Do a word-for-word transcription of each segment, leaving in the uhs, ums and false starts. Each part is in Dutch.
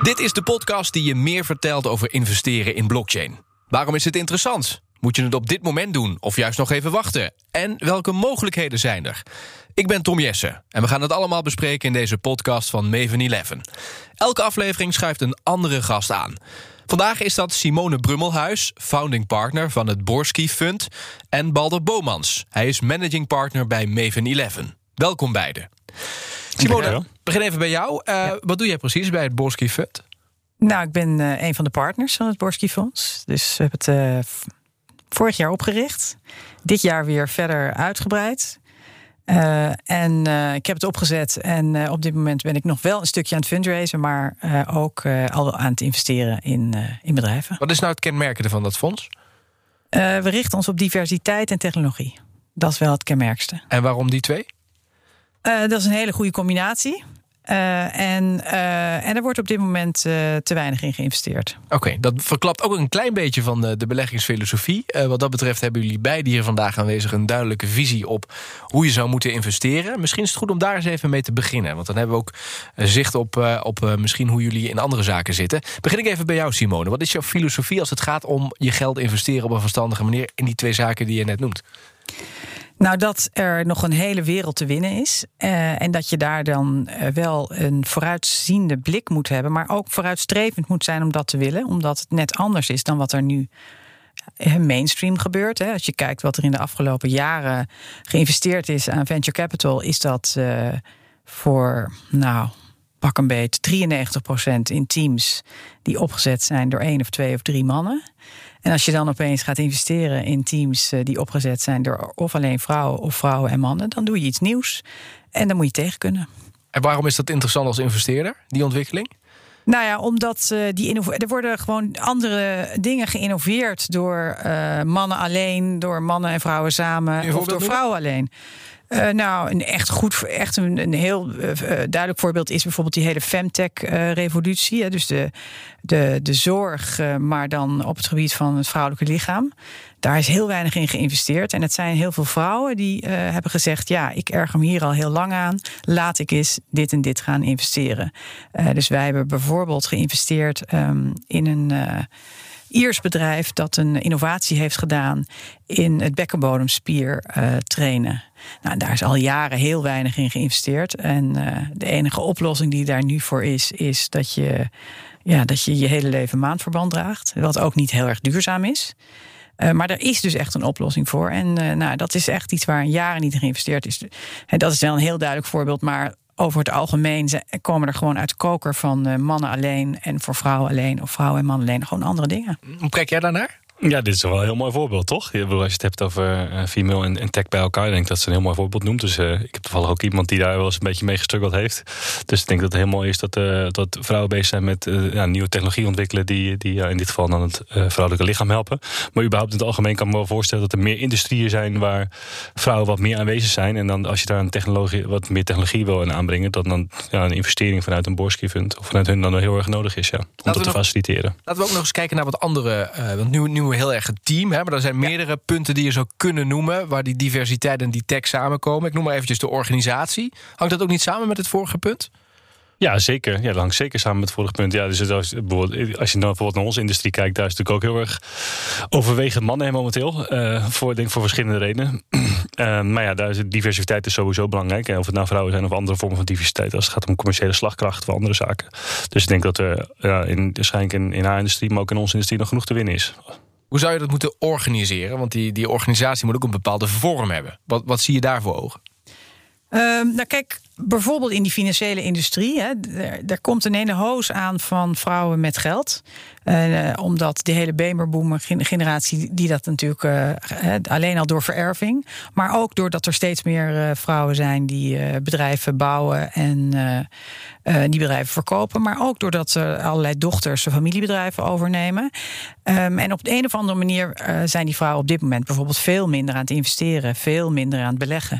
Dit is de podcast die je meer vertelt over investeren in blockchain. Waarom is het interessant? Moet je het op dit moment doen of juist nog even wachten? En welke mogelijkheden zijn er? Ik ben Tom Jessen en we gaan het allemaal bespreken in deze podcast van Maven elf. Elke aflevering schuift een andere gast aan. Vandaag is dat Simone Brummelhuis, founding partner van het Borsky Fund, en Balder Bomans. Hij is managing partner bij Maven elf. Welkom beiden. Simone, begin even bij jou. Uh, ja. Wat doe jij precies bij het Borsky Fund? Nou, ik ben uh, een van de partners van het Borsky Fonds. Dus we hebben het uh, vorig jaar opgericht. Dit jaar weer verder uitgebreid. Uh, en uh, ik heb het opgezet en uh, op dit moment ben ik nog wel een stukje aan het fundraisen, maar uh, ook uh, al aan het investeren in, uh, in bedrijven. Wat is nou het kenmerkende van dat fonds? Uh, we richten ons op diversiteit en technologie. Dat is wel het kenmerkste. En waarom die twee? Uh, dat is een hele goede combinatie. Uh, en, uh, en er wordt op dit moment uh, te weinig in geïnvesteerd. Oké, okay, dat verklapt ook een klein beetje van de, de beleggingsfilosofie. Uh, wat dat betreft hebben jullie beiden hier vandaag aanwezig een duidelijke visie op hoe je zou moeten investeren. Misschien is het goed om daar eens even mee te beginnen. Want dan hebben we ook zicht op, uh, op uh, misschien hoe jullie in andere zaken zitten. Begin ik even bij jou, Simone. Wat is jouw filosofie als het gaat om je geld investeren op een verstandige manier in die twee zaken die je net noemt? Nou, dat er nog een hele wereld te winnen is. Uh, en dat je daar dan uh, wel een vooruitziende blik moet hebben, maar ook vooruitstrevend moet zijn om dat te willen. Omdat het net anders is dan wat er nu uh, mainstream gebeurt. Hè. Als je kijkt wat er in de afgelopen jaren geïnvesteerd is aan venture capital, is dat uh, voor, nou, pak een beet, drieënnegentig procent in teams die opgezet zijn door één of twee of drie mannen. En als je dan opeens gaat investeren in teams die opgezet zijn door of alleen vrouwen of vrouwen en mannen, dan doe je iets nieuws en dan moet je tegen kunnen. En waarom is dat interessant als investeerder, die ontwikkeling? Nou ja, omdat uh, die innov- er worden gewoon andere dingen geïnnoveerd door uh, mannen alleen, door mannen en vrouwen samen of door vrouwen alleen. Uh, nou, een echt goed, echt een, een heel uh, duidelijk voorbeeld is bijvoorbeeld die hele femtech-revolutie. Uh, dus de, de, de zorg, uh, maar dan op het gebied van het vrouwelijke lichaam. Daar is heel weinig in geïnvesteerd. En het zijn heel veel vrouwen die uh, hebben gezegd, ja, ik erger me hier al heel lang aan. Laat ik eens dit en dit gaan investeren. Uh, dus wij hebben bijvoorbeeld geïnvesteerd um, in een Uh, Iers bedrijf dat een innovatie heeft gedaan in het bekkenbodemspier uh, trainen. Nou, daar is al jaren heel weinig in geïnvesteerd. En uh, de enige oplossing die daar nu voor is, is dat je ja, dat je, je hele leven maandverband draagt. Wat ook niet heel erg duurzaam is. Uh, maar er is dus echt een oplossing voor. En uh, nou, dat is echt iets waar jaren niet in geïnvesteerd is. En dat is wel een heel duidelijk voorbeeld, maar over het algemeen komen er gewoon uit de koker van uh, mannen alleen en voor vrouwen alleen of vrouwen en mannen alleen gewoon andere dingen. Hoe kijk jij daarnaar? Ja, dit is wel een heel mooi voorbeeld, toch? Als je het hebt over uh, female en, en tech bij elkaar, denk ik dat ze een heel mooi voorbeeld noemt. Dus uh, ik heb toevallig ook iemand die daar wel eens een beetje mee gestruggeld heeft. Dus ik denk dat het heel mooi is dat, uh, dat vrouwen bezig zijn met uh, ja, nieuwe technologie ontwikkelen die, die uh, in dit geval dan het uh, vrouwelijke lichaam helpen. Maar überhaupt in het algemeen kan ik me wel voorstellen dat er meer industrieën zijn waar vrouwen wat meer aanwezig zijn. En dan als je daar een technologie, wat meer technologie wil in aanbrengen, dat dan ja, een investering vanuit een Borsky Fund of vanuit hun dan heel erg nodig is, ja, om laten dat te nog, faciliteren. Laten we ook nog eens kijken naar wat andere, uh, want nu, nu heel erg het team. Hè, maar er zijn meerdere ja. punten die je zou kunnen noemen waar die diversiteit en die tech samenkomen. Ik noem maar eventjes de organisatie. Hangt dat ook niet samen met het vorige punt? Ja, zeker. Ja, dat hangt zeker samen met het vorige punt. Ja, dus als, als je dan bijvoorbeeld naar onze industrie kijkt, daar is natuurlijk ook heel erg overwegend mannen momenteel. Uh, voor, denk voor verschillende redenen. Uh, maar ja, daar is diversiteit dus sowieso belangrijk. En of het nou vrouwen zijn of andere vormen van diversiteit, als het gaat om commerciële slagkracht of andere zaken. Dus ik denk dat er ja, in, waarschijnlijk in, in haar industrie, maar ook in onze industrie nog genoeg te winnen is. Hoe zou je dat moeten organiseren? Want die, die organisatie moet ook een bepaalde vorm hebben. Wat, wat zie je daar voor ogen? Uh, nou kijk, bijvoorbeeld in die financiële industrie, hè, er, er komt een hele hoos aan van vrouwen met geld. Uh, omdat de hele babyboom generatie, die dat natuurlijk uh, alleen al door vererving, maar ook doordat er steeds meer uh, vrouwen zijn die uh, bedrijven bouwen en uh, uh, die bedrijven verkopen, maar ook doordat ze allerlei dochters, familiebedrijven overnemen. Um, en op de een of andere manier uh, zijn die vrouwen op dit moment bijvoorbeeld veel minder aan het investeren, veel minder aan het beleggen.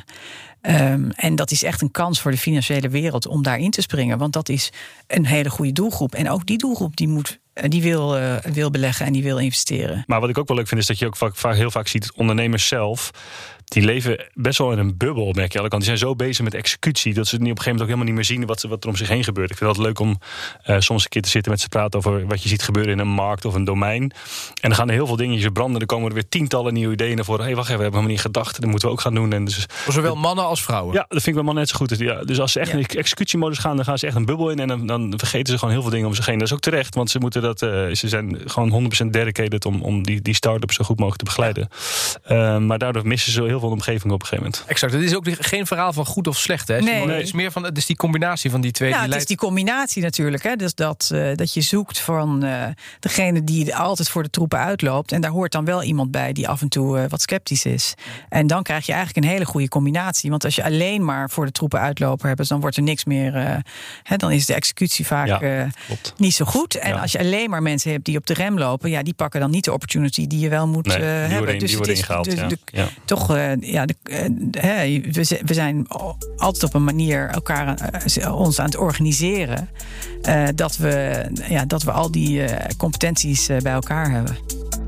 Um, en dat is echt een kans voor de financiële wereld om daarin te springen. Want dat is een hele goede doelgroep. En ook die doelgroep die moet, die wil, uh, wil beleggen en die wil investeren. Maar wat ik ook wel leuk vind is dat je ook vaak, vaak, heel vaak ziet ondernemers zelf die leven best wel in een bubbel, merk je. Die zijn zo bezig met executie dat ze niet op een gegeven moment ook helemaal niet meer zien wat, wat er om zich heen gebeurt. Ik vind het leuk om uh, soms een keer te zitten met ze praten over wat je ziet gebeuren in een markt of een domein. En dan gaan er heel veel dingetjes branden. Er komen er weer tientallen nieuwe ideeën naar voren. Hé, hey, wacht even, we hebben helemaal niet gedacht. Dat moeten we ook gaan doen. En dus, voor zowel mannen als vrouwen? Ja, dat vind ik bij mannen net zo goed. Ja, dus als ze echt ja. in de executiemodus gaan, dan gaan ze echt een bubbel in. En dan, dan vergeten ze gewoon heel veel dingen om zich heen. Dat is ook terecht, want ze moeten dat. Uh, ze zijn gewoon honderd procent dedicated om, om die, die start-ups zo goed mogelijk te begeleiden. Uh, maar daardoor missen ze heel veel omgeving op een gegeven moment. Exact. Het is ook geen verhaal van goed of slecht. Hè? Nee. Het is meer van, het is die combinatie van die twee. Ja, die het leidt... is die combinatie natuurlijk. Hè? Dus dat, uh, dat je zoekt van uh, degene die altijd voor de troepen uitloopt. En daar hoort dan wel iemand bij die af en toe uh, wat sceptisch is. En dan krijg je eigenlijk een hele goede combinatie. Want als je alleen maar voor de troepen uitlopen hebt, dan wordt er niks meer. Uh, hè, dan is de executie vaak ja, uh, niet zo goed. En ja. als je alleen maar mensen hebt die op de rem lopen, ja, die pakken dan niet de opportunity die je wel moet nee, uh, hebben. Worden, dus die het worden is ingehaald. dus Ja. De, ja. toch, uh, ja, de, uh, we, we zijn altijd op een manier elkaar uh, ons aan het organiseren. Uh, dat, we, ja, dat we al die uh, competenties uh, bij elkaar hebben.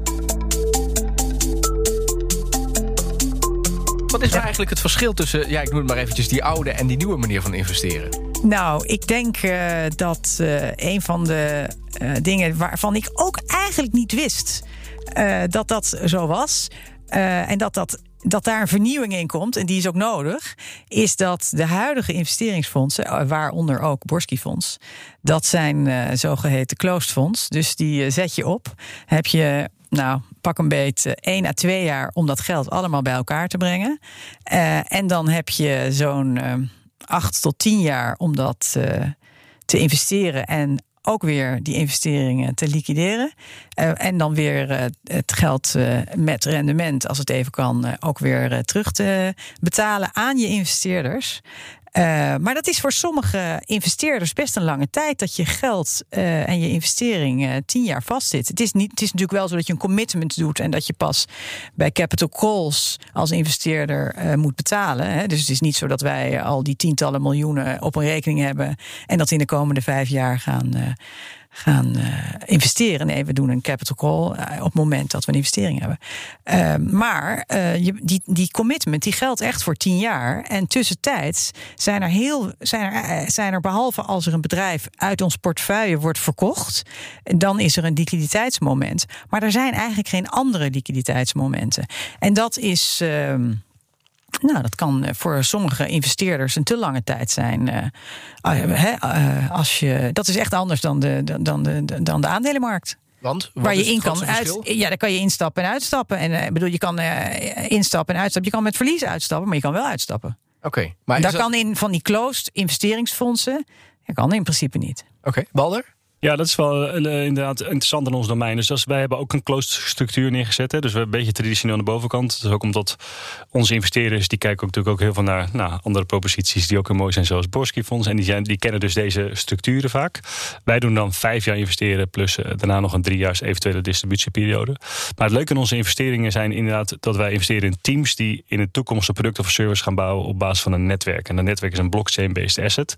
Wat is nou eigenlijk het verschil tussen, ja, ik noem het maar eventjes, die oude en die nieuwe manier van investeren? Nou, ik denk uh, dat uh, een van de uh, dingen waarvan ik ook eigenlijk niet wist uh, dat dat zo was. Uh, en dat, dat, dat daar een vernieuwing in komt, en die is ook nodig, is dat de huidige investeringsfondsen, waaronder ook Borski-fonds, dat zijn uh, zogeheten closed fonds. Dus die uh, zet je op, heb je, nou, pak een beet uh, één à twee jaar om dat geld allemaal bij elkaar te brengen. Uh, en dan heb je zo'n uh, acht tot tien jaar om dat uh, te investeren en ook weer die investeringen te liquideren. Uh, en dan weer uh, het geld uh, met rendement, als het even kan, uh, ook weer uh, terug te betalen aan je investeerders. Uh, maar dat is voor sommige investeerders best een lange tijd dat je geld uh, en je investering uh, tien jaar vastzit. Het is, niet, het is natuurlijk wel zo dat je een commitment doet en dat je pas bij capital calls als investeerder uh, moet betalen. Hè. Dus het is niet zo dat wij al die tientallen miljoenen op een rekening hebben en dat in de komende vijf jaar gaan uh, gaan uh, investeren. Nee, we doen een capital call uh, op het moment dat we een investering hebben. Uh, maar uh, je, die, die commitment die geldt echt voor tien jaar. En tussentijds zijn er heel zijn er, uh, zijn er behalve als er een bedrijf uit ons portefeuille wordt verkocht, dan is er een liquiditeitsmoment. Maar er zijn eigenlijk geen andere liquiditeitsmomenten. En dat is Uh, Nou, dat kan voor sommige investeerders een te lange tijd zijn. Uh, uh, uh, als je, dat is echt anders dan de, dan de, dan de aandelenmarkt. Want? Waar je in kan uit, ja, daar kan je instappen en uitstappen. En uh, bedoel, je kan uh, instappen en uitstappen. Je kan met verlies uitstappen, maar je kan wel uitstappen. Oké, okay, maar dat dat kan in van die closed investeringsfondsen. Dat kan in principe niet. Oké, okay. Balder? Ja, dat is wel uh, inderdaad interessant in ons domein. Dus als, wij hebben ook een closed structuur neergezet. Hè. Dus we hebben een beetje traditioneel aan de bovenkant. Dus ook omdat onze investeerders, die kijken ook natuurlijk ook heel veel naar nou, andere proposities die ook heel mooi zijn, zoals Borski-fonds. En die, zijn, die kennen dus deze structuren vaak. Wij doen dan vijf jaar investeren plus uh, daarna nog een driejaars eventuele distributieperiode. Maar het leuke aan onze investeringen zijn inderdaad dat wij investeren in teams die in de toekomst een product of service gaan bouwen op basis van een netwerk. En dat netwerk is een blockchain-based asset.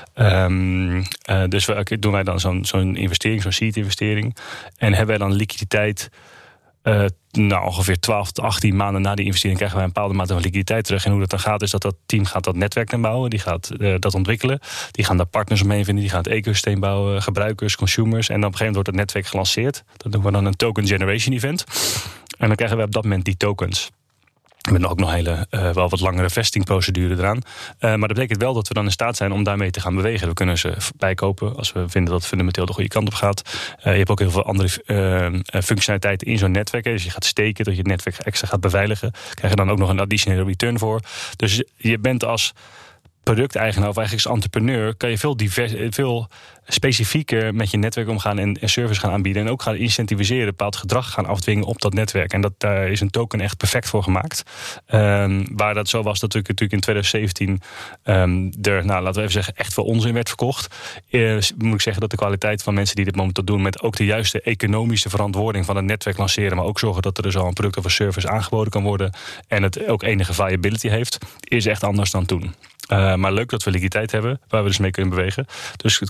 Um, uh, dus we, doen wij dan zo'n zo'n investering, zo'n seed-investering. En hebben wij dan liquiditeit. Uh, nou, ongeveer twaalf tot achttien maanden na die investering krijgen wij een bepaalde mate van liquiditeit terug. En hoe dat dan gaat, is dat dat team gaat dat netwerk dan bouwen. Die gaat uh, dat ontwikkelen. Die gaan daar partners omheen vinden. Die gaan het ecosysteem bouwen. Gebruikers, consumers. En dan op een gegeven moment wordt het netwerk gelanceerd. Dat doen we dan een token generation event. En dan krijgen wij op dat moment die tokens. Met ook nog een hele, uh, wel wat langere vestingprocedure eraan. Uh, maar dat betekent wel dat we dan in staat zijn om daarmee te gaan bewegen. We kunnen ze bijkopen als we vinden dat het fundamenteel de goede kant op gaat. Uh, je hebt ook heel veel andere uh, functionaliteiten in zo'n netwerk. Dus je gaat steken, dat je het netwerk extra gaat beveiligen. Krijg je dan ook nog een additionele return voor. Dus je bent als producteigenaar of eigenlijk als entrepreneur kan je veel, divers, veel specifieker met je netwerk omgaan en, en service gaan aanbieden. En ook gaan incentiviseren, bepaald gedrag gaan afdwingen op dat netwerk. En dat, daar is een token echt perfect voor gemaakt. Um, waar dat zo was dat natuurlijk in twintig zeventien um, er, nou, laten we even zeggen, echt veel onzin werd verkocht. Uh, moet ik zeggen dat de kwaliteit van mensen die dit momenteel doen met ook de juiste economische verantwoording van het netwerk lanceren, maar ook zorgen dat er dus al een product of een service aangeboden kan worden en het ook enige viability heeft, is echt anders dan toen. Uh, maar leuk dat we liquiditeit hebben, waar we dus mee kunnen bewegen. Dus het kan ook wel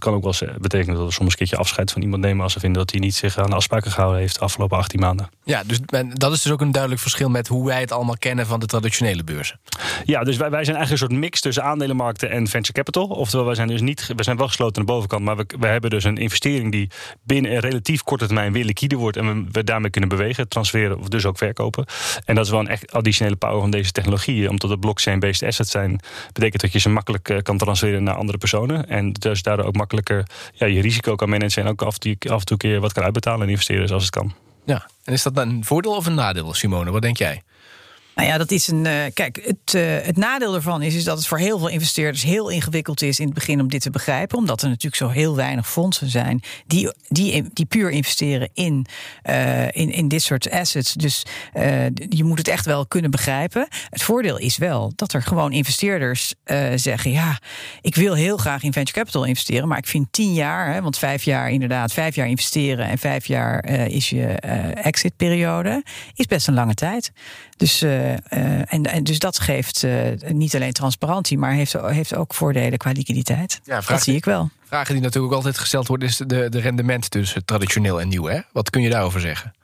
soms betekent dat we soms een keertje afscheid van iemand nemen als ze vinden dat hij niet zich aan de afspraken gehouden heeft de afgelopen achttien maanden. Ja, dus dat is dus ook een duidelijk verschil met hoe wij het allemaal kennen van de traditionele beurzen. Ja, dus wij, wij zijn eigenlijk een soort mix tussen aandelenmarkten en venture capital. Oftewel, wij zijn dus niet, we zijn wel gesloten aan de bovenkant, maar we, we hebben dus een investering die binnen een relatief korte termijn weer liquide wordt en we, we daarmee kunnen bewegen, transfereren of dus ook verkopen. En dat is wel een echt additionele power van deze technologie. Omdat het blockchain-based assets zijn, betekent dat je ze makkelijk uh, kan transfereren naar andere personen. En dus daardoor ook makkelijker ja, je risico kan managen en ook af en toe, af en toe keer wat kan uitbetalen aan investeerders als het kan. Ja, en is dat dan een voordeel of een nadeel, Simone? Wat denk jij? Nou ja, dat is een. Uh, kijk, het, uh, het nadeel ervan is, is dat het voor heel veel investeerders heel ingewikkeld is in het begin om dit te begrijpen. Omdat er natuurlijk zo heel weinig fondsen zijn die, die, die puur investeren in, uh, in, in dit soort assets. Dus uh, je moet het echt wel kunnen begrijpen. Het voordeel is wel dat er gewoon investeerders uh, zeggen: ja, ik wil heel graag in venture capital investeren, maar ik vind tien jaar, hè, want vijf jaar inderdaad, vijf jaar investeren en vijf jaar uh, is je uh, exitperiode, is best een lange tijd. Dus, uh, uh, en, en dus dat geeft uh, niet alleen transparantie, maar heeft, heeft ook voordelen qua liquiditeit. Ja, dat zie die, ik wel. Vragen die natuurlijk ook altijd gesteld worden, is de, de rendement tussen traditioneel en nieuw. Hè? Wat kun je daarover zeggen?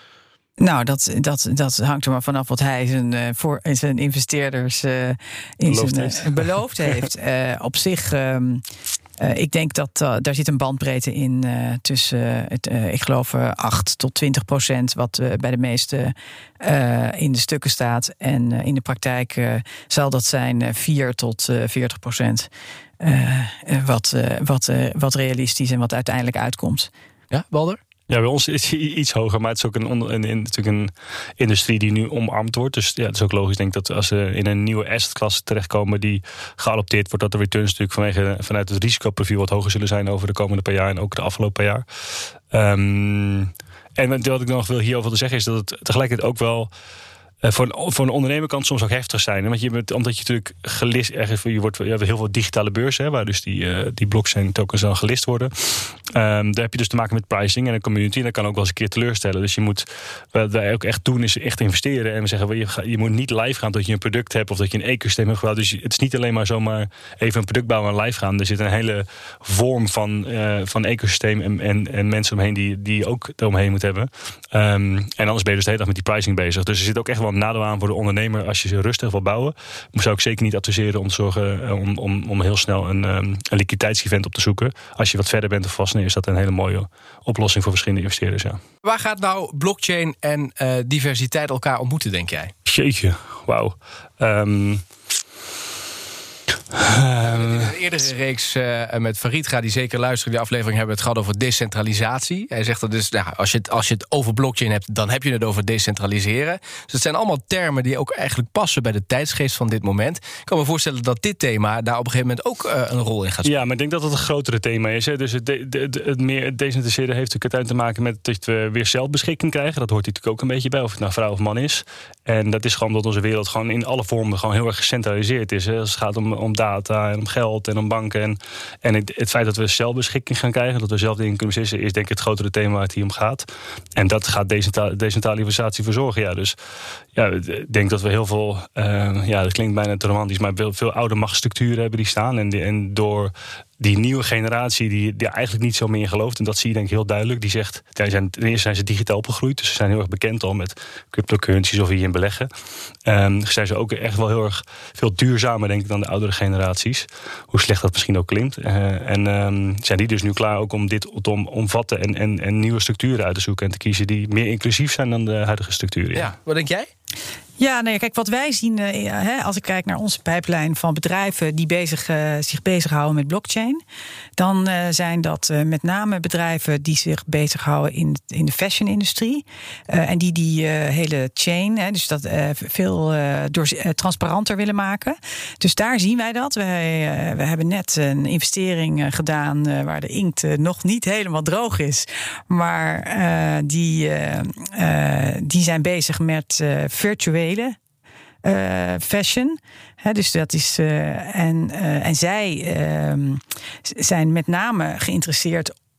Nou, dat, dat, dat hangt er maar vanaf wat hij zijn, uh, voor, zijn investeerders uh, in beloofd zijn, heeft. Uh, beloofd heeft. Uh, op zich. Um, Uh, ik denk dat uh, daar zit een bandbreedte in uh, tussen, uh, het, uh, ik geloof, uh, acht tot twintig procent... wat uh, bij de meeste uh, in de stukken staat. En uh, in de praktijk uh, zal dat zijn uh, vier tot veertig procent. Uh, uh, wat, uh, wat, uh, wat realistisch en wat uiteindelijk uitkomt. Ja, Balder? Ja, bij ons is het iets hoger, maar het is ook een, een, een, natuurlijk een industrie die nu omarmd wordt. Dus ja, het is ook logisch, denk ik, dat als ze in een nieuwe assetklasse terechtkomen die geadopteerd wordt, dat de returns natuurlijk vanwege, vanuit het risicoprofiel wat hoger zullen zijn over de komende paar jaar en ook de afgelopen paar jaar. Um, en wat ik nog wil hierover te zeggen is dat het tegelijkertijd ook wel Uh, voor, een, voor een ondernemer kan het soms ook heftig zijn. Hè? Want je bent, omdat je natuurlijk gelist, ergens, je wordt, je hebt heel veel digitale beurzen, hè, waar dus die, uh, die blockchain tokens dan gelist worden. Um, daar heb je dus te maken met pricing en een community. En dat kan ook wel eens een keer teleurstellen. Dus je moet, wat wij ook echt doen, is echt investeren. En we zeggen, je, je moet niet live gaan tot je een product hebt of dat je een ecosysteem hebt gebouwd. Dus het is niet alleen maar zomaar even een product bouwen en live gaan. Er zit een hele vorm van, uh, van ecosysteem en, en, en mensen omheen die, die je ook eromheen moet hebben. Um, en anders ben je dus de hele dag met die pricing bezig. Dus er zit ook echt wel een nadeel aan voor de ondernemer als je ze rustig wil bouwen. Zou ik zeker niet adviseren om te zorgen om, om, om heel snel een, een liquiditeitsevent op te zoeken. Als je wat verder bent of vast, is dat een hele mooie oplossing voor verschillende investeerders. Ja. Waar gaat nou blockchain en uh, diversiteit elkaar ontmoeten, denk jij? Jeetje, wauw. Um, In een eerdere reeks uh, met Farid, ga die zeker luisteren. Die aflevering hebben we het gehad over decentralisatie. Hij zegt dat dus, nou, als, je het, als je het over blockchain hebt, dan heb je het over decentraliseren. Dus het zijn allemaal termen die ook eigenlijk passen bij de tijdsgeest van dit moment. Ik kan me voorstellen dat dit thema daar op een gegeven moment ook uh, een rol in gaat spelen. Ja, maar ik denk dat het een grotere thema is. Hè. Dus het, de, de, de, het meer het decentraliseren heeft natuurlijk uiteindelijk te maken met dat we weer zelfbeschikking krijgen. Dat hoort natuurlijk ook een beetje bij, of het nou vrouw of man is. En dat is gewoon omdat onze wereld gewoon in alle vormen gewoon heel erg gecentraliseerd is. Hè. Als het gaat om, om data en om geld en om banken. En, en het, het feit dat we zelfbeschikking gaan krijgen, dat we zelf dingen kunnen beslissen, is denk ik het grotere thema waar het hier om gaat. En dat gaat decentralisatie voor zorgen. Ja, dus ja, ik denk dat we heel veel, uh, ja, dat klinkt bijna te romantisch, maar veel, veel oude machtsstructuren hebben die staan. En, die, en door die nieuwe generatie die, die eigenlijk niet zo meer in gelooft, en dat zie je denk ik heel duidelijk, die zegt, die zijn, ten eerste zijn ze digitaal opgegroeid, dus ze zijn heel erg bekend al met cryptocurrencies of hierin beleggen. Um, zijn ze ook echt wel heel erg veel duurzamer, denk ik, dan de oudere generaties. Hoe slecht dat misschien ook klinkt. Uh, en um, zijn die dus nu klaar ook om dit te omvatten en, en, en nieuwe structuren uit te zoeken en te kiezen die meer inclusief zijn dan de huidige structuren. Ja, ja. Wat denk jij? Ja, nee, kijk, wat wij zien, uh, hè, als ik kijk naar onze pijplijn van bedrijven die bezig, uh, zich bezighouden met blockchain, dan uh, zijn dat uh, met name bedrijven die zich bezighouden in, in de fashion-industrie. Uh, en die die uh, hele chain, hè, dus dat uh, veel uh, door, uh, transparanter willen maken. Dus daar zien wij dat. Wij, uh, we hebben net een investering uh, gedaan uh, waar de inkt uh, nog niet helemaal droog is. Maar uh, die, uh, uh, die zijn bezig met uh, virtuele Uh, fashion. He, dus dat is. Uh, en, uh, en zij uh, zijn met name geïnteresseerd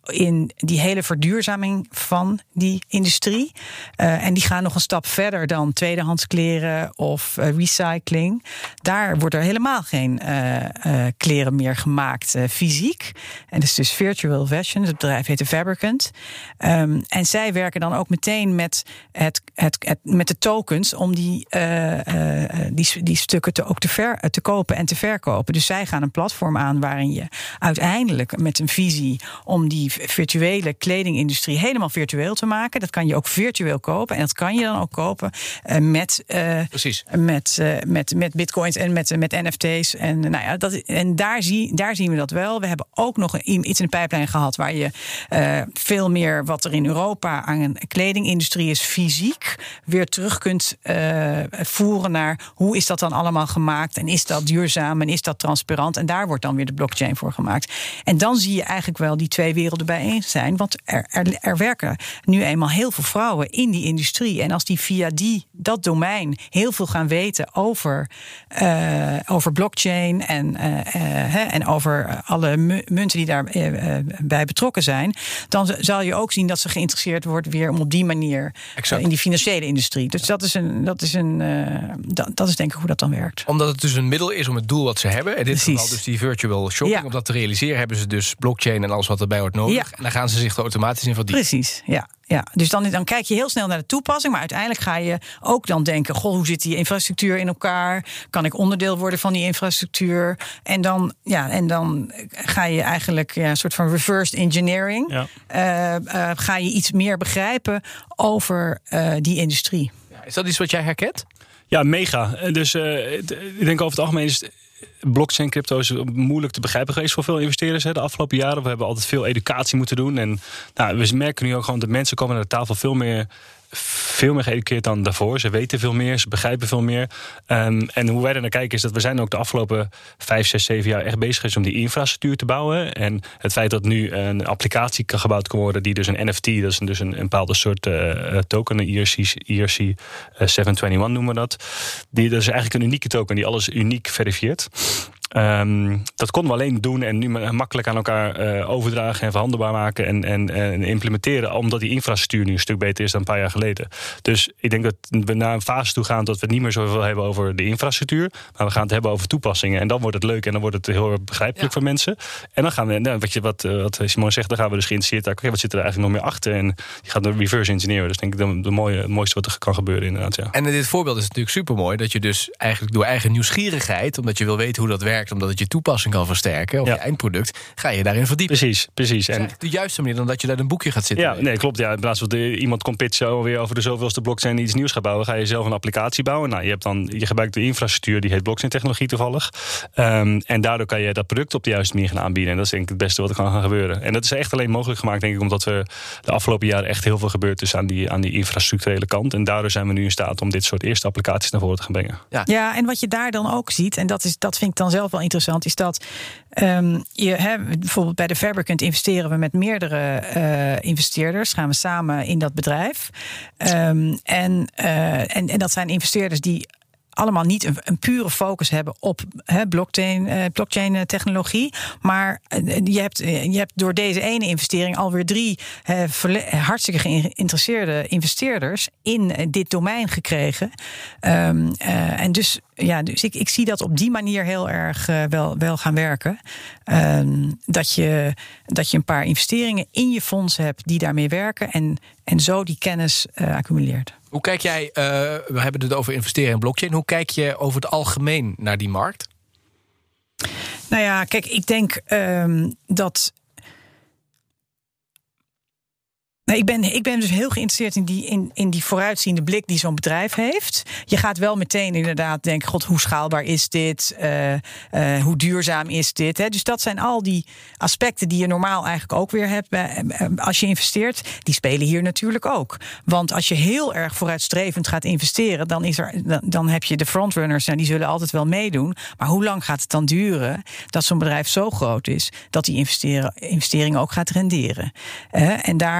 in die hele verduurzaming van die industrie. Uh, en die gaan nog een stap verder dan tweedehands kleren of uh, recycling. Daar worden er helemaal geen uh, uh, kleren meer gemaakt uh, fysiek. En dat is dus Virtual Fashion. Het bedrijf heet Fabricant. Um, en zij werken dan ook meteen met, het, het, het, met de tokens om die, uh, uh, die, die stukken te, ook te, ver, te kopen en te verkopen. Dus zij gaan een platform aan waarin je uiteindelijk met een visie om die virtuele kledingindustrie helemaal virtueel te maken. Dat kan je ook virtueel kopen. En dat kan je dan ook kopen uh, met, uh, Precies. met, uh, met, met bitcoins en met, met N F T's. En, nou ja, dat, en daar, zie, daar zien we dat wel. We hebben ook nog een, iets in de pijplijn gehad waar je uh, veel meer wat er in Europa aan een kledingindustrie is fysiek weer terug kunt uh, voeren naar hoe is dat dan allemaal gemaakt en is dat duurzaam en is dat transparant. En daar wordt dan weer de blockchain voor gemaakt. En dan zie je eigenlijk wel die twee werelden bijeen zijn. Want er, er, er werken nu eenmaal heel veel vrouwen in die industrie. En als die via die, dat domein heel veel gaan weten over, uh, over blockchain en, uh, uh, hè, en over alle munten die daarbij uh, betrokken zijn, dan zal je ook zien dat ze geïnteresseerd wordt weer om op die manier uh, in die financiële industrie. Dus dat is een, dat is een, uh, dat, dat is denk ik hoe dat dan werkt. Omdat het dus een middel is om het doel wat ze hebben. In dit Precies. geval dus die virtual shopping. Ja. Om dat te realiseren hebben ze dus blockchain en alles wat erbij hoort nodig. Ja. En dan gaan ze zich er automatisch in verdiepen. Precies, ja. Ja, dus dan, dan kijk je heel snel naar de toepassing. Maar uiteindelijk ga je ook dan denken, goh, hoe zit die infrastructuur in elkaar? Kan ik onderdeel worden van die infrastructuur? En dan, ja, en dan ga je eigenlijk ja, een soort van reverse engineering. Ja. Uh, uh, ga je iets meer begrijpen over uh, die industrie. Ja, is dat iets wat jij herkent? Ja, mega. Dus uh, ik denk over het algemeen is het blockchain, crypto is moeilijk te begrijpen geweest voor veel investeerders hè, de afgelopen jaren. We hebben altijd veel educatie moeten doen. En nou, we merken nu ook gewoon dat mensen komen naar de tafel veel meer, veel meer geëduceerd dan daarvoor. Ze weten veel meer, ze begrijpen veel meer. Um, en hoe wij er naar kijken is dat we zijn ook de afgelopen vijf, zes, zeven jaar echt bezig is om die infrastructuur te bouwen. En het feit dat nu een applicatie kan gebouwd kan worden die dus een N F T, dat is dus een, een bepaalde soort uh, token, een I R C, I R C uh, zevenhonderdeenentwintig noemen we dat. Die, dat is eigenlijk een unieke token die alles uniek verifieert. Um, dat konden we alleen doen en nu makkelijk aan elkaar uh, overdragen en verhandelbaar maken en, en, en implementeren, omdat die infrastructuur nu een stuk beter is dan een paar jaar geleden. Dus ik denk dat we naar een fase toe gaan dat we het niet meer zoveel hebben over de infrastructuur, maar we gaan het hebben over toepassingen. En dan wordt het leuk en dan wordt het heel begrijpelijk ja. voor mensen. En dan gaan we, nou, wat, je, wat, wat Simone zegt, dan gaan we dus geïnteresseerd raken. Okay, wat zit er eigenlijk nog meer achter? En je gaat de reverse engineeren. Dus denk ik de, de mooie, het mooiste wat er kan gebeuren inderdaad. Ja. En in dit voorbeeld is het natuurlijk supermooi dat je dus eigenlijk door eigen nieuwsgierigheid, omdat je wil weten hoe dat werkt, omdat het je toepassing kan versterken, of ja. je eindproduct, ga je daarin verdiepen. Precies, precies. En de juiste manier dan dat je daar een boekje gaat zitten. Ja, nee, klopt. Ja, in plaats van de, iemand komt pitchen weer over de zoveelste blockchain die iets nieuws gaat bouwen, ga je zelf een applicatie bouwen. Nou, je hebt dan, je gebruikt de infrastructuur, die heet blockchain technologie toevallig. Um, en daardoor kan je dat product op de juiste manier gaan aanbieden. En dat is denk ik het beste wat er kan gaan gebeuren. En dat is echt alleen mogelijk gemaakt, denk ik, omdat we de afgelopen jaren echt heel veel gebeurd is aan die, aan die infrastructurele kant. En daardoor zijn we nu in staat om dit soort eerste applicaties naar voren te gaan brengen. Ja, ja, en wat je daar dan ook ziet, en dat, is, dat vind ik dan zelf wel interessant, is dat Um, je, he, bijvoorbeeld bij de Fabricant investeren we met meerdere uh, investeerders. Gaan we samen in dat bedrijf. Um, en, uh, en, en dat zijn investeerders die allemaal niet een, een pure focus hebben op he, blockchain, uh, blockchain technologie. Maar uh, je, hebt, uh, je hebt door deze ene investering alweer drie uh, verle- hartstikke geïnteresseerde investeerders in uh, dit domein gekregen. Um, uh, en dus, ja, dus ik, ik zie dat op die manier heel erg uh, wel, wel gaan werken. Um, dat, je, dat je een paar investeringen in je fonds hebt die daarmee werken en, en zo die kennis uh, accumuleert. Hoe kijk jij, uh, we hebben het over investeren in blockchain. Hoe kijk je over het algemeen naar die markt? Nou ja, kijk, ik denk um, dat. Nee, ik, ben, ik ben dus heel geïnteresseerd in die, in, in die vooruitziende blik die zo'n bedrijf heeft. Je gaat wel meteen inderdaad denken, god, hoe schaalbaar is dit? Uh, uh, hoe duurzaam is dit? Hè? Dus dat zijn al die aspecten die je normaal eigenlijk ook weer hebt uh, als je investeert. Die spelen hier natuurlijk ook. Want als je heel erg vooruitstrevend gaat investeren, dan, is er, dan, dan heb je de frontrunners, nou, die zullen altijd wel meedoen. Maar hoe lang gaat het dan duren dat zo'n bedrijf zo groot is dat die investeringen ook gaat renderen? Uh, en daar... Uh,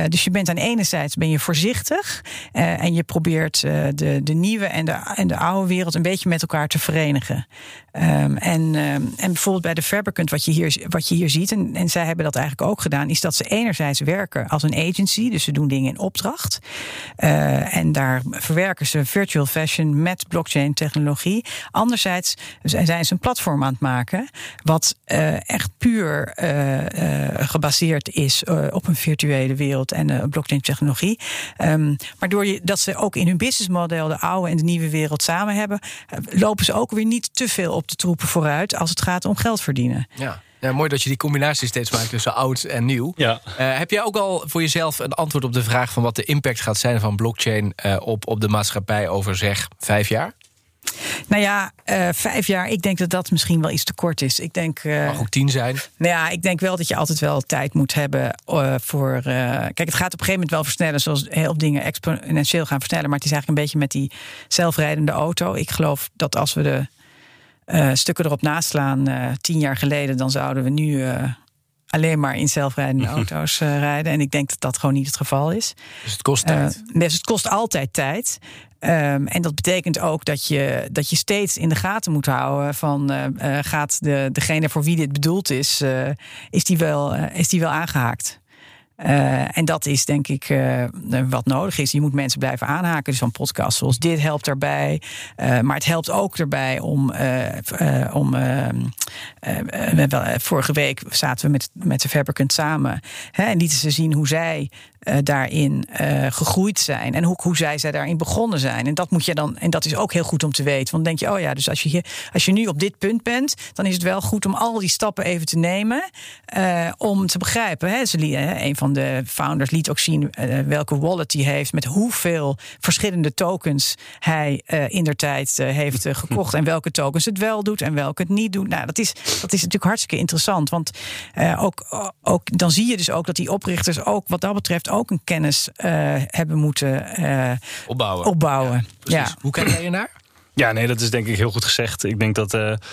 Uh, dus je bent aan enerzijds ben je voorzichtig uh, en je probeert uh, de, de nieuwe en de, en de oude wereld een beetje met elkaar te verenigen. Um, en, um, en bijvoorbeeld bij de Fabricant, wat je hier, wat je hier ziet, en, en zij hebben dat eigenlijk ook gedaan, is dat ze enerzijds werken als een agency, dus ze doen dingen in opdracht. Uh, en daar verwerken ze virtual fashion met blockchain technologie. Anderzijds zijn ze een platform aan het maken, wat uh, echt puur uh, uh, gebaseerd is uh, op een virtuele wereld en uh, blockchain technologie. Um, maar door je, dat ze ook in hun businessmodel de oude en de nieuwe wereld samen hebben, uh, lopen ze ook weer niet te veel op de troepen vooruit als het gaat om geld verdienen. Ja. Ja, mooi dat je die combinatie steeds maakt tussen oud en nieuw. Ja. Uh, heb jij ook al voor jezelf een antwoord op de vraag van wat de impact gaat zijn van blockchain uh, op, op de maatschappij over zeg vijf jaar? Nou ja, uh, vijf jaar, ik denk dat dat misschien wel iets te kort is. Ik denk, uh, mag ook tien zijn. Nou ja, ik denk wel dat je altijd wel tijd moet hebben uh, voor... Uh, kijk, het gaat op een gegeven moment wel versnellen, zoals heel veel dingen exponentieel gaan versnellen. Maar het is eigenlijk een beetje met die zelfrijdende auto. Ik geloof dat als we de uh, stukken erop naslaan uh, tien jaar geleden, dan zouden we nu Uh, alleen maar in zelfrijdende auto's uh, rijden. En ik denk dat dat gewoon niet het geval is. Dus het kost tijd. Uh, dus het kost altijd tijd. Um, en dat betekent ook dat je, dat je steeds in de gaten moet houden van uh, uh, gaat de, degene voor wie dit bedoeld is, uh, is, die wel, uh, is die wel aangehaakt? Uh, en dat is denk ik uh, wat nodig is. Je moet mensen blijven aanhaken. Dus van podcasts zoals dit helpt daarbij. Uh, maar het helpt ook erbij om... Uh, uh, om uh, uh, uh, vorige week zaten we met, met de Fabricant samen. Hè, en lieten ze zien hoe zij Uh, daarin uh, gegroeid zijn. En hoe, hoe zij, zij daarin begonnen zijn. En dat moet je dan. En dat is ook heel goed om te weten. Want dan denk je, oh ja, dus als je, hier, als je nu op dit punt bent, dan is het wel goed om al die stappen even te nemen. Uh, om te begrijpen. Hè. Ze, uh, een van de founders liet ook zien uh, welke wallet hij heeft, met hoeveel verschillende tokens hij uh, indertijd uh, heeft uh, gekocht. En welke tokens het wel doet en welke het niet doet. Nou, dat is, dat is natuurlijk hartstikke interessant. Want uh, ook, ook, dan zie je dus ook dat die oprichters ook wat dat betreft ook een kennis uh, hebben moeten uh, opbouwen. opbouwen. Ja, ja. Hoe kijk jij ernaar? Ja, nee, dat is denk ik heel goed gezegd. Ik denk dat Uh,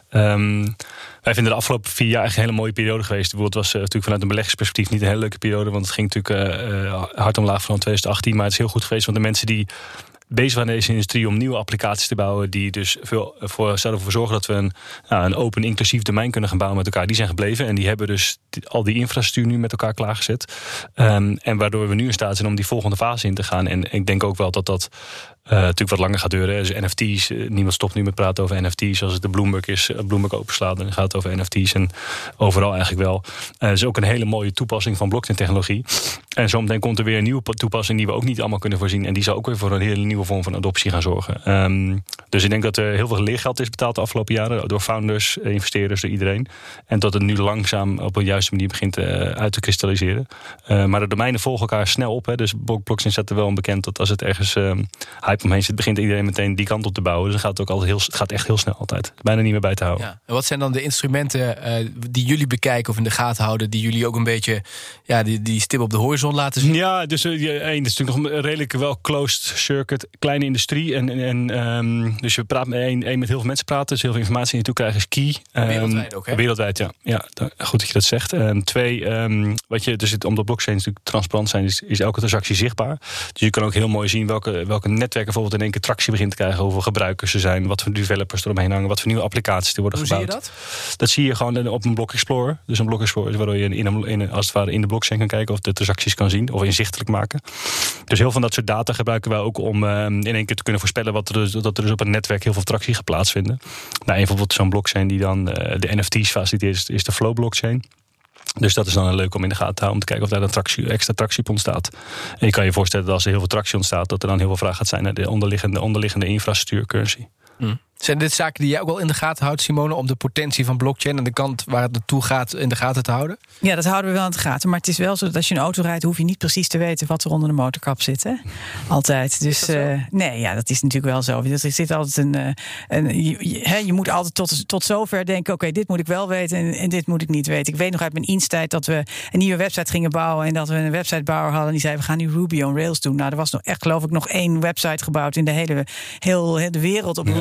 um, wij vinden de afgelopen vier jaar echt een hele mooie periode geweest. Het was uh, natuurlijk vanuit een beleggersperspectief niet een hele leuke periode, want het ging natuurlijk uh, uh, hard omlaag van twintig achttien. Maar het is heel goed geweest, want de mensen die bezig waren in deze industrie om nieuwe applicaties te bouwen, die dus veel voor, zouden ervoor zorgen dat we een, nou, een open, inclusief domein kunnen gaan bouwen met elkaar, die zijn gebleven. En die hebben dus die, al die infrastructuur nu met elkaar klaargezet. Um, en waardoor we nu in staat zijn om die volgende fase in te gaan. En ik denk ook wel dat dat Uh, natuurlijk wat langer gaat duren. Dus N F T's, uh, niemand stopt nu met praten over N F T's. Als het de Bloomberg is, uh, Bloomberg openslaat, dan gaat het over N F T's. En overal eigenlijk wel. Uh, is ook een hele mooie toepassing van blockchain technologie. En zometeen komt er weer een nieuwe toepassing die we ook niet allemaal kunnen voorzien. En die zal ook weer voor een hele nieuwe vorm van adoptie gaan zorgen. Um, dus ik denk dat er heel veel leergeld is betaald de afgelopen jaren. Door founders, investeerders, door iedereen. En dat het nu langzaam op een juiste manier begint uh, uit te kristalliseren. Uh, maar de domeinen volgen elkaar snel op. Hè. Dus blockchain staat er wel onbekend dat als het ergens Um, hype omheen zit, begint iedereen meteen die kant op te bouwen. Dus dan gaat het ook altijd heel, het gaat echt heel snel altijd. Bijna niet meer bij te houden. Ja. En wat zijn dan de instrumenten uh, die jullie bekijken of in de gaten houden, die jullie ook een beetje ja, die, die stip op de horizon laten zien? Ja, dus uh, één, dat is natuurlijk nog een redelijk wel closed circuit, kleine industrie. En, en, um, dus je praat met één, één met heel veel mensen praten, dus heel veel informatie die je toe krijgt is key. Um, wereldwijd ook, hè? Wereldwijd, ja. ja. Goed dat je dat zegt. Um, twee, um, wat je, dus omdat blockchains natuurlijk transparant zijn, is, is elke transactie zichtbaar. Dus je kan ook heel mooi zien welke, welke netwerken bijvoorbeeld in één keer tractie begint te krijgen, hoeveel gebruikers er zijn, wat voor developers eromheen hangen, wat voor nieuwe applicaties er worden Hoe gebouwd. Hoe zie je dat? Dat zie je gewoon op een Block Explorer. Dus een Block Explorer is waardoor je in een, in een, als het ware in de blockchain kan kijken of de transacties kan zien of inzichtelijk maken. Dus heel veel van dat soort data gebruiken wij ook om uh, in één keer te kunnen voorspellen wat er dus, dat er dus op een netwerk heel veel tractie gaat plaatsvinden. Nou, bijvoorbeeld zo'n blockchain die dan uh, de N F T's faciliteert is, is de Flow blockchain. Dus dat is dan leuk om in de gaten te houden, om te kijken of daar een tractie, extra tractie op ontstaat. En je kan je voorstellen dat als er heel veel tractie ontstaat, dat er dan heel veel vraag gaat zijn naar de onderliggende, onderliggende infrastructuur currency. Hmm. Zijn dit zaken die jij ook wel in de gaten houdt, Simone, om de potentie van blockchain en de kant waar het naartoe gaat in de gaten te houden? Ja, dat houden we wel in de gaten. Maar het is wel zo dat als je een auto rijdt, hoef je niet precies te weten wat er onder de motorkap zit. Hè? Altijd. Dus uh, nee, ja, dat is natuurlijk wel zo. Er zit altijd een. Uh, een je, je, he, je moet altijd tot, tot zover denken: oké, okay, dit moet ik wel weten en, en dit moet ik niet weten. Ik weet nog uit mijn Insta-tijd dat we een nieuwe website gingen bouwen en dat we een websitebouwer hadden die zei: we gaan nu Ruby on Rails doen. Nou, er was nog echt, geloof ik, nog één website gebouwd in de hele heel, de wereld op ja. Ruby on Rails.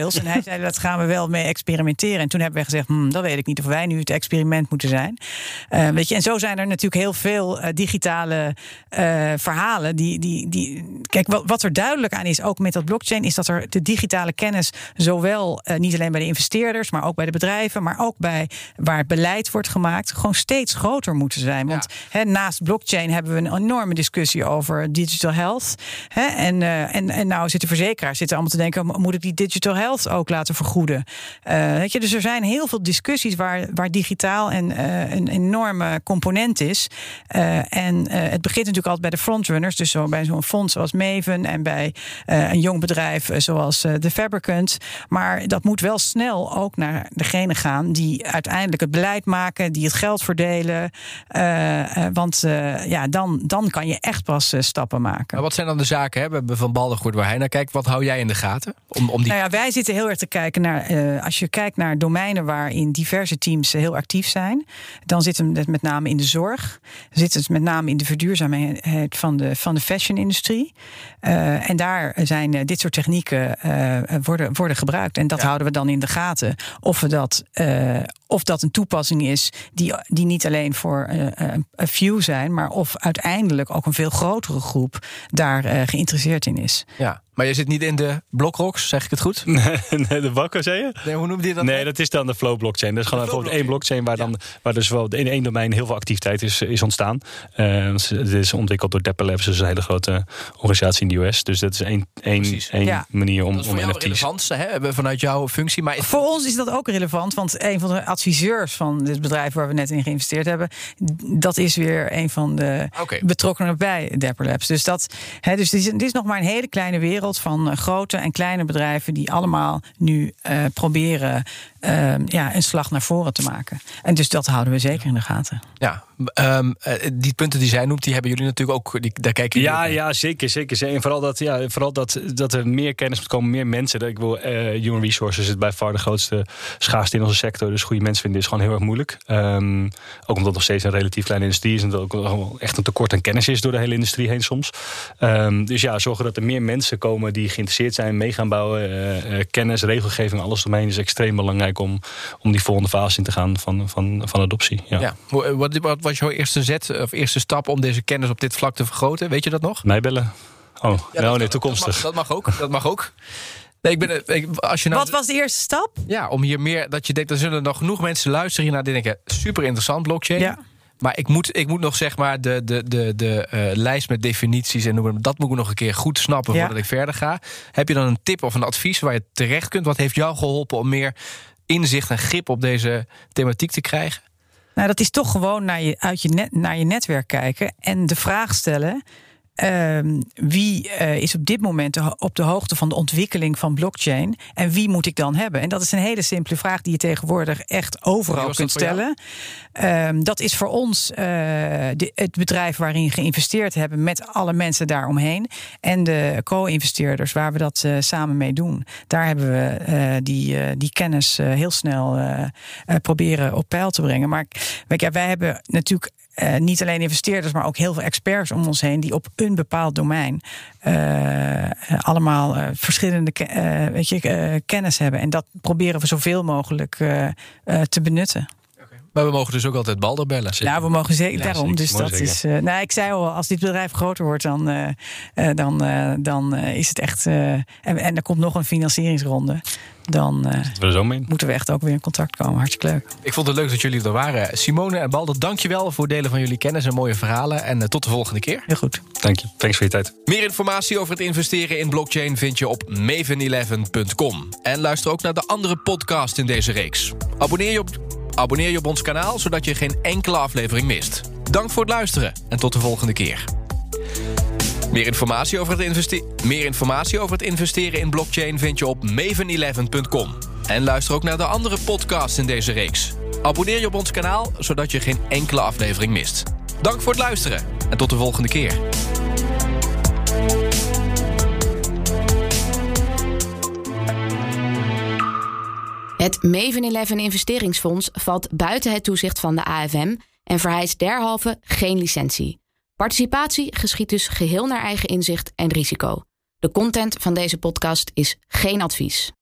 rails. En hij zei, dat gaan we wel mee experimenteren. En toen hebben we gezegd, hm, dat weet ik niet of wij nu het experiment moeten zijn. Uh, weet je, en zo zijn er natuurlijk heel veel uh, digitale uh, verhalen. Die, die, die, kijk, wat, wat er duidelijk aan is, ook met dat blockchain, is dat er de digitale kennis zowel uh, niet alleen bij de investeerders, maar ook bij de bedrijven, maar ook bij waar het beleid wordt gemaakt, gewoon steeds groter moeten zijn. Want ja. he, naast blockchain hebben we een enorme discussie over digital health. He, en, uh, en, en nou zitten verzekeraars zitten allemaal te denken, moet ik die digital health ook laten vergoeden? Uh, weet je, dus er zijn heel veel discussies waar, waar digitaal en uh, een enorme component is. Uh, en uh, het begint natuurlijk altijd bij de frontrunners, dus zo bij zo'n fonds zoals Maven en bij uh, een jong bedrijf uh, zoals uh, de Fabricant. Maar dat moet wel snel ook naar degene gaan die uiteindelijk het beleid maken, die het geld verdelen. Uh, uh, want uh, ja, dan, dan kan je echt pas uh, stappen maken. Maar wat zijn dan de zaken? Hè? We hebben Van Balder gehoord waar hij naar kijkt. Wat hou jij in de gaten? Om, om die... Nou ja, wij zitten heel erg te kijken naar, uh, als je kijkt naar domeinen waarin diverse teams uh, heel actief zijn, dan zit het met name in de zorg, zit het met name in de verduurzaamheid van de, van de fashion-industrie. Uh, en daar zijn uh, dit soort technieken uh, worden, worden gebruikt. En dat ja. houden we dan in de gaten. Of we dat, uh, of dat een toepassing is die, die niet alleen voor uh, een few zijn, maar of uiteindelijk ook een veel grotere groep daar uh, geïnteresseerd in is. Ja. Maar je zit niet in de BlockRocks, zeg ik het goed? Nee, de Bakker, zei je? Nee, hoe noemde je dat? Nee, dat is dan de Flow blockchain. Dat is gewoon bijvoorbeeld één blockchain waar, dan, ja. waar dus wel in één domein heel veel activiteit is, is ontstaan. Uh, het is ontwikkeld door Dapper Labs, dus een hele grote organisatie in de U S. Dus dat is één, één, één ja. manier om, dat is voor om jou N F T's. relevant, hè, vanuit jouw functie. Maar voor ons is dat ook relevant, want een van de adviseurs van dit bedrijf waar we net in geïnvesteerd hebben, dat is weer een van de okay. betrokkenen bij Dapper Labs. Dus, dat, hè, dus dit, is, dit is nog maar een hele kleine wereld van uh, grote en kleine bedrijven die allemaal nu uh, proberen uh, ja, een slag naar voren te maken. En dus dat houden we zeker in de gaten. Ja, um, uh, die punten die zij noemt, die hebben jullie natuurlijk ook, die, daar kijken jullie ja, ook ja, zeker, zeker. En vooral dat, ja, vooral dat, dat er meer kennis moet komen, meer mensen. Ik wil, uh, human resources is bij far de grootste schaarste in onze sector. Dus goede mensen vinden is gewoon heel erg moeilijk. Um, ook omdat het nog steeds een relatief kleine industrie is en dat ook echt een tekort aan kennis is door de hele industrie heen soms. Um, dus ja, zorgen dat er meer mensen komen die geïnteresseerd zijn, mee gaan bouwen. Uh, uh, kennis, regelgeving, alles omheen is extreem belangrijk om, om die volgende fase in te gaan van, van, van adoptie. Ja. Ja. Wat, wat was jouw eerste zet of eerste stap om deze kennis op dit vlak te vergroten? Weet je dat nog? Mij bellen. Oh, ja, nou, nee, Dat mag, toekomstig. dat mag ook. Dat mag ook. Nee, ik ben, ik, als je nou, wat was de eerste stap? Ja, om hier meer, dat je denkt, er zullen nog genoeg mensen luisteren hiernaar die denken, super interessant blockchain. Ja. Maar ik moet, ik moet nog zeg maar de, de, de, de uh, lijst met definities en noem, dat moet ik nog een keer goed snappen ja. voordat ik verder ga. Heb je dan een tip of een advies waar je terecht kunt? Wat heeft jou geholpen om meer inzicht en grip op deze thematiek te krijgen? Nou, dat is toch gewoon naar je, uit je net, naar je netwerk kijken en de vraag stellen: Uh, wie uh, is op dit moment de, op de hoogte van de ontwikkeling van blockchain en wie moet ik dan hebben? En dat is een hele simpele vraag die je tegenwoordig echt overal kunt stellen. Uh, dat is voor ons uh, de, het bedrijf waarin we geïnvesteerd hebben met alle mensen daaromheen en de co-investeerders waar we dat uh, samen mee doen. Daar hebben we uh, die, uh, die kennis uh, heel snel uh, uh, proberen op peil te brengen. Maar weet je, wij hebben natuurlijk Uh, niet alleen investeerders, maar ook heel veel experts om ons heen die op een bepaald domein uh, uh, allemaal uh, verschillende uh, weet je, uh, kennis hebben. En dat proberen we zoveel mogelijk uh, uh, te benutten. Maar we mogen dus ook altijd Balder bellen. Zeker. Nou, we mogen zeker ja, daarom. zeker. Dus dat zeker. is. Uh, nou, ik zei al, als dit bedrijf groter wordt, dan, uh, uh, dan, uh, dan uh, is het echt. Uh, en, en er komt nog een financieringsronde. Dan uh, we zo mee. moeten we echt ook weer in contact komen. Hartstikke leuk. Ik vond het leuk dat jullie er waren. Simone en Balder, dankjewel voor het delen van jullie kennis en mooie verhalen. En uh, tot de volgende keer. Heel goed. Dank je. Thanks voor je tijd. Meer informatie over het investeren in blockchain vind je op maven eleven punt com. En luister ook naar de andere podcast in deze reeks. Abonneer je op, abonneer je op ons kanaal, zodat je geen enkele aflevering mist. Dank voor het luisteren en tot de volgende keer. Meer informatie over het, investe- meer informatie over het investeren in blockchain vind je op maven eleven punt com. En luister ook naar de andere podcasts in deze reeks. Abonneer je op ons kanaal, zodat je geen enkele aflevering mist. Dank voor het luisteren en tot de volgende keer. Het Maven eleven investeringsfonds valt buiten het toezicht van de A F M en vereist derhalve geen licentie. Participatie geschiedt dus geheel naar eigen inzicht en risico. De content van deze podcast is geen advies.